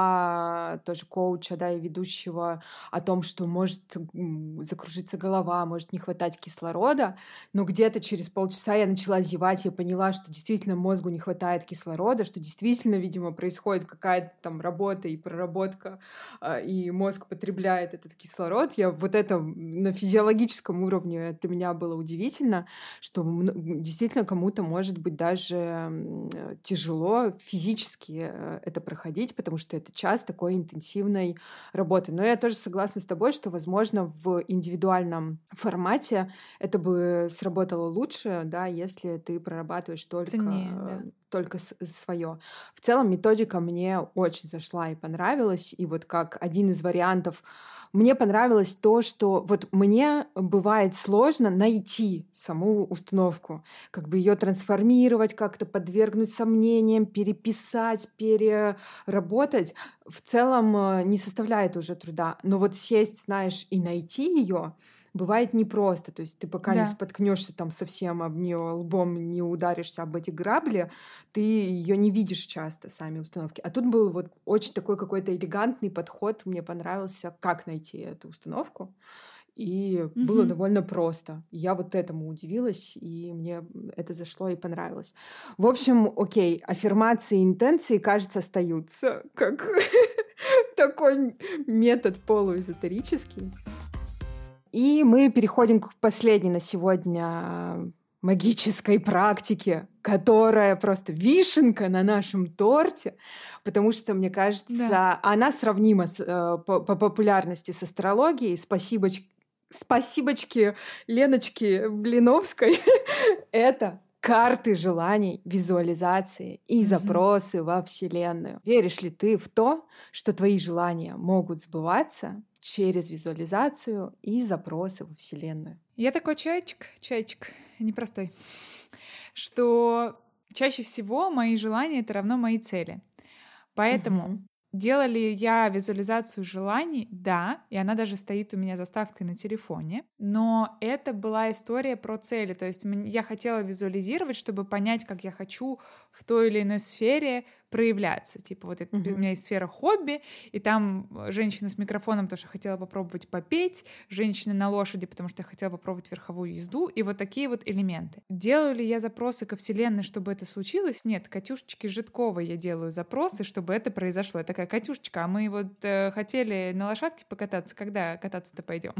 слова тоже коуча, да, и ведущего о том, что может закружиться голова, может не хватать кислорода, но где-то через полчаса я начала зевать, я поняла, что действительно мозгу не хватает кислорода, что действительно, видимо, происходит какая-то там работа и проработка, и мозг потребляет этот кислород. Вот это на физиологическом уровне для меня было удивительно, что действительно кому-то может быть даже тяжело физически это проходить, потому что это час такой интенсивной работы. Но я тоже согласна с тобой, что, возможно, в индивидуальном формате это бы сработало лучше, да, если ты прорабатываешь только свое. В целом методика мне очень зашла и понравилась. И вот как один из вариантов, мне понравилось то, что вот мне бывает сложно найти саму установку, как бы ее трансформировать, как-то подвергнуть сомнениям, переписать, переработать. В целом не составляет уже труда. Но вот сесть, знаешь, и найти ее бывает непросто. То есть ты пока не споткнешься там совсем об нее лбом, не ударишься об эти грабли, ты ее не видишь часто, сами установки. А тут был вот очень такой какой-то элегантный подход. Мне понравился, как найти эту установку. И было довольно просто. Я вот этому удивилась, и мне это зашло и понравилось. В общем, окей, аффирмации и интенции, кажется, остаются как такой метод полуэзотерический. И мы переходим к последней на сегодня магической практике, которая просто вишенка на нашем торте, потому что, мне кажется, она сравнима по популярности с астрологией. Спасибочки Леночки Блиновской. Это карты желаний, визуализации и запросы во Вселенную. Веришь ли ты в то, что твои желания могут сбываться через визуализацию и запросы во Вселенную? Я такой человечек непростой, что Чаще всего мои желания — это равно мои цели. Поэтому делала ли я визуализацию желаний? Да, и она даже стоит у меня заставкой на телефоне. Но это была история про цели. То есть я хотела визуализировать, чтобы понять, как я хочу в той или иной сфере проявляться. Типа вот у меня есть сфера хобби, и там женщина с микрофоном, потому что хотела попробовать попеть, женщина на лошади, потому что я хотела попробовать верховую езду, и вот такие вот элементы. Делаю ли я запросы ко Вселенной, чтобы это случилось? Нет, Катюшечке Житковой я делаю запросы, чтобы это произошло. Я такая: Катюшечка, а мы вот хотели на лошадке покататься, когда кататься-то пойдем?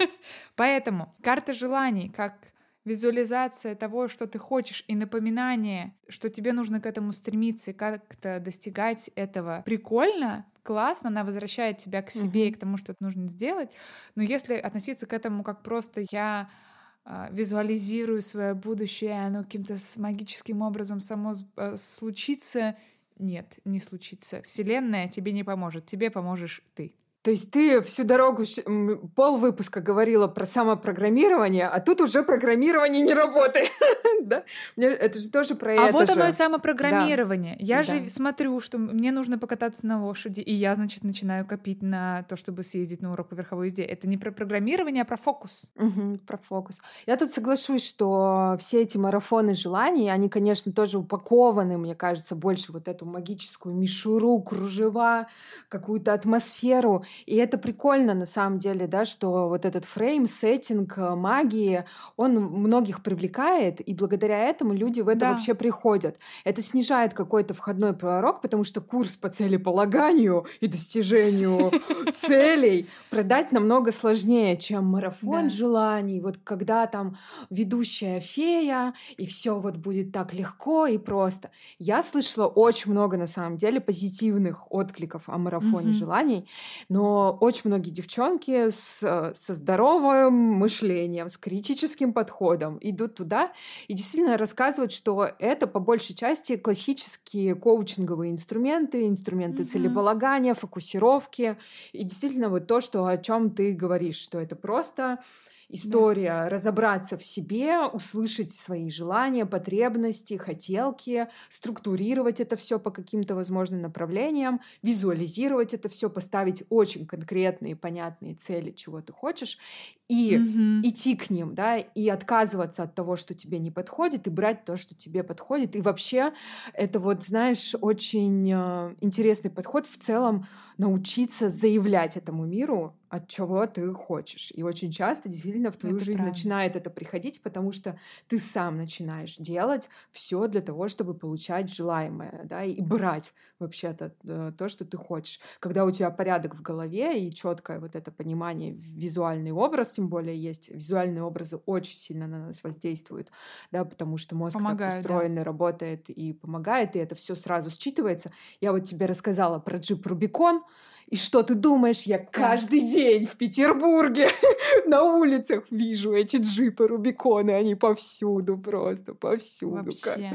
Поэтому карта желаний как визуализация того, что ты хочешь, и напоминание, что тебе нужно к этому стремиться и как-то достигать этого. Прикольно, классно, она возвращает тебя к себе и к тому, что это нужно сделать. Но если относиться к этому как просто я визуализирую свое будущее, и оно каким-то магическим образом само случится, нет, не случится. Вселенная тебе не поможет, тебе поможешь ты. То есть ты всю дорогу, полвыпуска говорила про самопрограммирование, а тут уже программирование не работает. Да? Это же тоже про это. А вот оно и самопрограммирование. Я же смотрю, что мне нужно покататься на лошади, и я, значит, начинаю копить на то, чтобы съездить на урок по верховой езде. Это не про программирование, а про фокус. Про фокус. Я тут соглашусь, что все эти марафоны желаний, они, конечно, тоже упакованы, мне кажется, больше вот эту магическую мишуру, кружева, какую-то атмосферу. И это прикольно, на самом деле, да, что вот этот фрейм, сеттинг магии, он многих привлекает, и благодаря этому люди в это вообще приходят. Это снижает какой-то входной порог, потому что курс по целеполаганию и достижению целей продать намного сложнее, чем марафон желаний. Вот когда там ведущая фея, и все вот будет так легко и просто. Я слышала очень много, на самом деле, позитивных откликов о марафоне желаний, но очень многие девчонки со здоровым мышлением, с критическим подходом идут туда и действительно рассказывают, что это по большей части классические коучинговые инструменты целеполагания, фокусировки. И действительно вот то, о чем ты говоришь, что это просто история разобраться в себе, услышать свои желания, потребности, хотелки, структурировать это все по каким-то возможным направлениям, визуализировать это все, поставить очень конкретные, понятные цели, чего ты хочешь, и идти к ним, да, и отказываться от того, что тебе не подходит, и брать то, что тебе подходит. И вообще это вот, знаешь, очень интересный подход в целом научиться заявлять этому миру, от чего ты хочешь. И очень часто действительно в твою жизнь начинает это приходить, потому что ты сам начинаешь делать все для того, чтобы получать желаемое, да, и брать вообще-то то, что ты хочешь. Когда у тебя порядок в голове и четкое вот это понимание, визуальный образ, тем более есть визуальные образы, очень сильно на нас воздействуют, да, потому что мозг так устроен, работает и помогает, и это все сразу считывается. Я вот тебе рассказала про джип Рубикон, и что ты думаешь, я каждый день в Петербурге на улицах вижу эти джипы Рубиконы, они повсюду, просто повсюду. Вообще.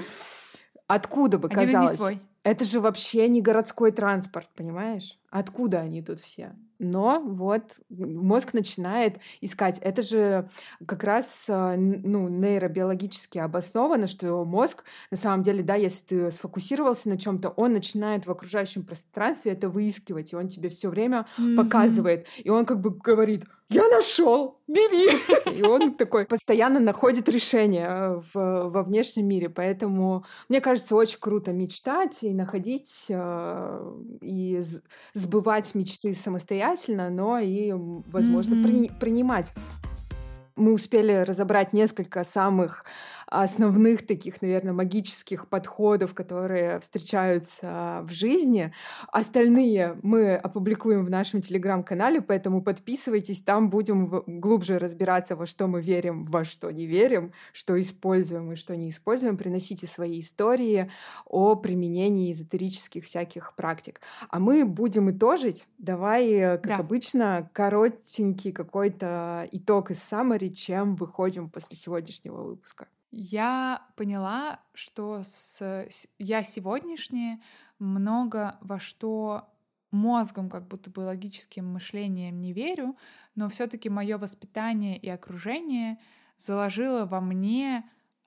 Откуда бы, казалось? Это же вообще не городской транспорт, понимаешь? Откуда они тут все? Но вот мозг начинает искать. Это же как раз нейробиологически обосновано, что мозг, на самом деле, да, если ты сфокусировался на чем-то, он начинает в окружающем пространстве это выискивать, и он тебе все время показывает. И он как бы говорит: я нашел, бери. И он такой постоянно находит решение во внешнем мире. Поэтому, мне кажется, очень круто мечтать и находить, и сбывать мечты самостоятельно, но и, возможно, принимать. Мы успели разобрать несколько самых основных таких, наверное, магических подходов, которые встречаются в жизни. Остальные мы опубликуем в нашем телеграм-канале, поэтому подписывайтесь, там будем глубже разбираться, во что мы верим, во что не верим, что используем и что не используем. Приносите свои истории о применении эзотерических всяких практик. А мы будем итожить. Давай, как обычно, коротенький какой-то итог из summary, чем выходим после сегодняшнего выпуска. Я поняла, что я сегодняшняя много во что мозгом, как будто бы логическим мышлением не верю, но все-таки мое воспитание и окружение заложило во мне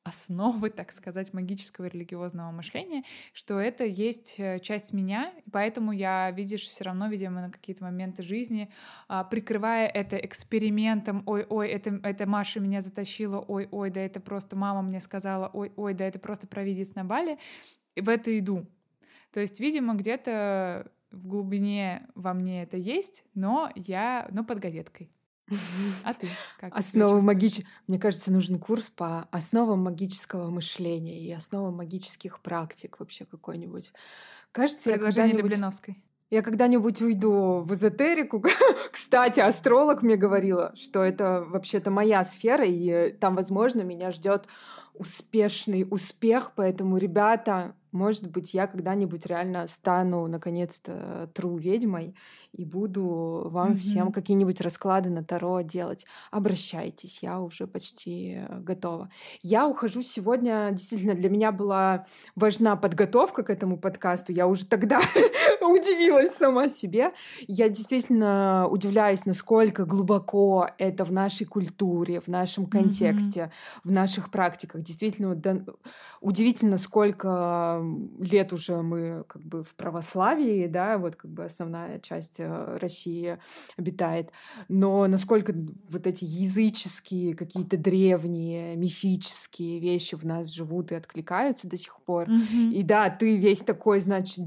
основы, так сказать, магического и религиозного мышления, что это есть часть меня, и поэтому я, видишь, все равно, видимо, на какие-то моменты жизни, прикрывая это экспериментом, ой-ой, это Маша меня затащила, ой-ой, да это просто мама мне сказала, ой-ой, да это просто провидец на Бали, в это иду. То есть, видимо, где-то в глубине во мне это есть, но под газеткой. А ты как? Мне кажется, нужен курс по основам магического мышления и основам магических практик вообще какой-нибудь. Кажется, предложение Леблиновской. Я когда-нибудь уйду в эзотерику. Кстати, астролог мне говорила, что это вообще-то моя сфера, и там, возможно, меня ждет успешный успех. Поэтому, ребята, может быть, я когда-нибудь реально стану, наконец-то, true ведьмой и буду вам всем какие-нибудь расклады на Таро делать. Обращайтесь, я уже почти готова. Я ухожу сегодня. Действительно, для меня была важна подготовка к этому подкасту. Я уже тогда удивилась сама себе. Я действительно удивляюсь, насколько глубоко это в нашей культуре, в нашем контексте, в наших практиках. Действительно, удивительно, сколько лет уже мы как бы в православии, да, вот как бы основная часть России обитает, но насколько вот эти языческие, какие-то древние, мифические вещи в нас живут и откликаются до сих пор. И да, ты весь такой, значит,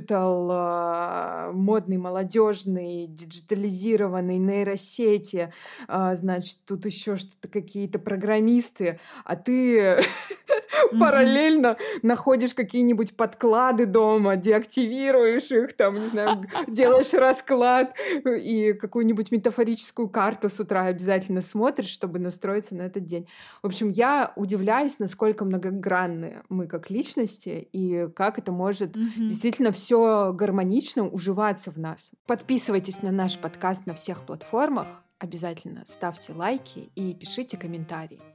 диджитал, модный, молодежный, диджитализированный, нейросети, значит, тут еще что-то, какие-то программисты, а ты параллельно находишь какие-нибудь подклады дома, деактивируешь их, там, не знаю, делаешь расклад и какую-нибудь метафорическую карту с утра обязательно смотришь, чтобы настроиться на этот день. В общем, я удивляюсь, насколько многогранны мы как личности и как это может действительно все гармонично уживаться в нас. Подписывайтесь на наш подкаст на всех платформах, обязательно ставьте лайки и пишите комментарии.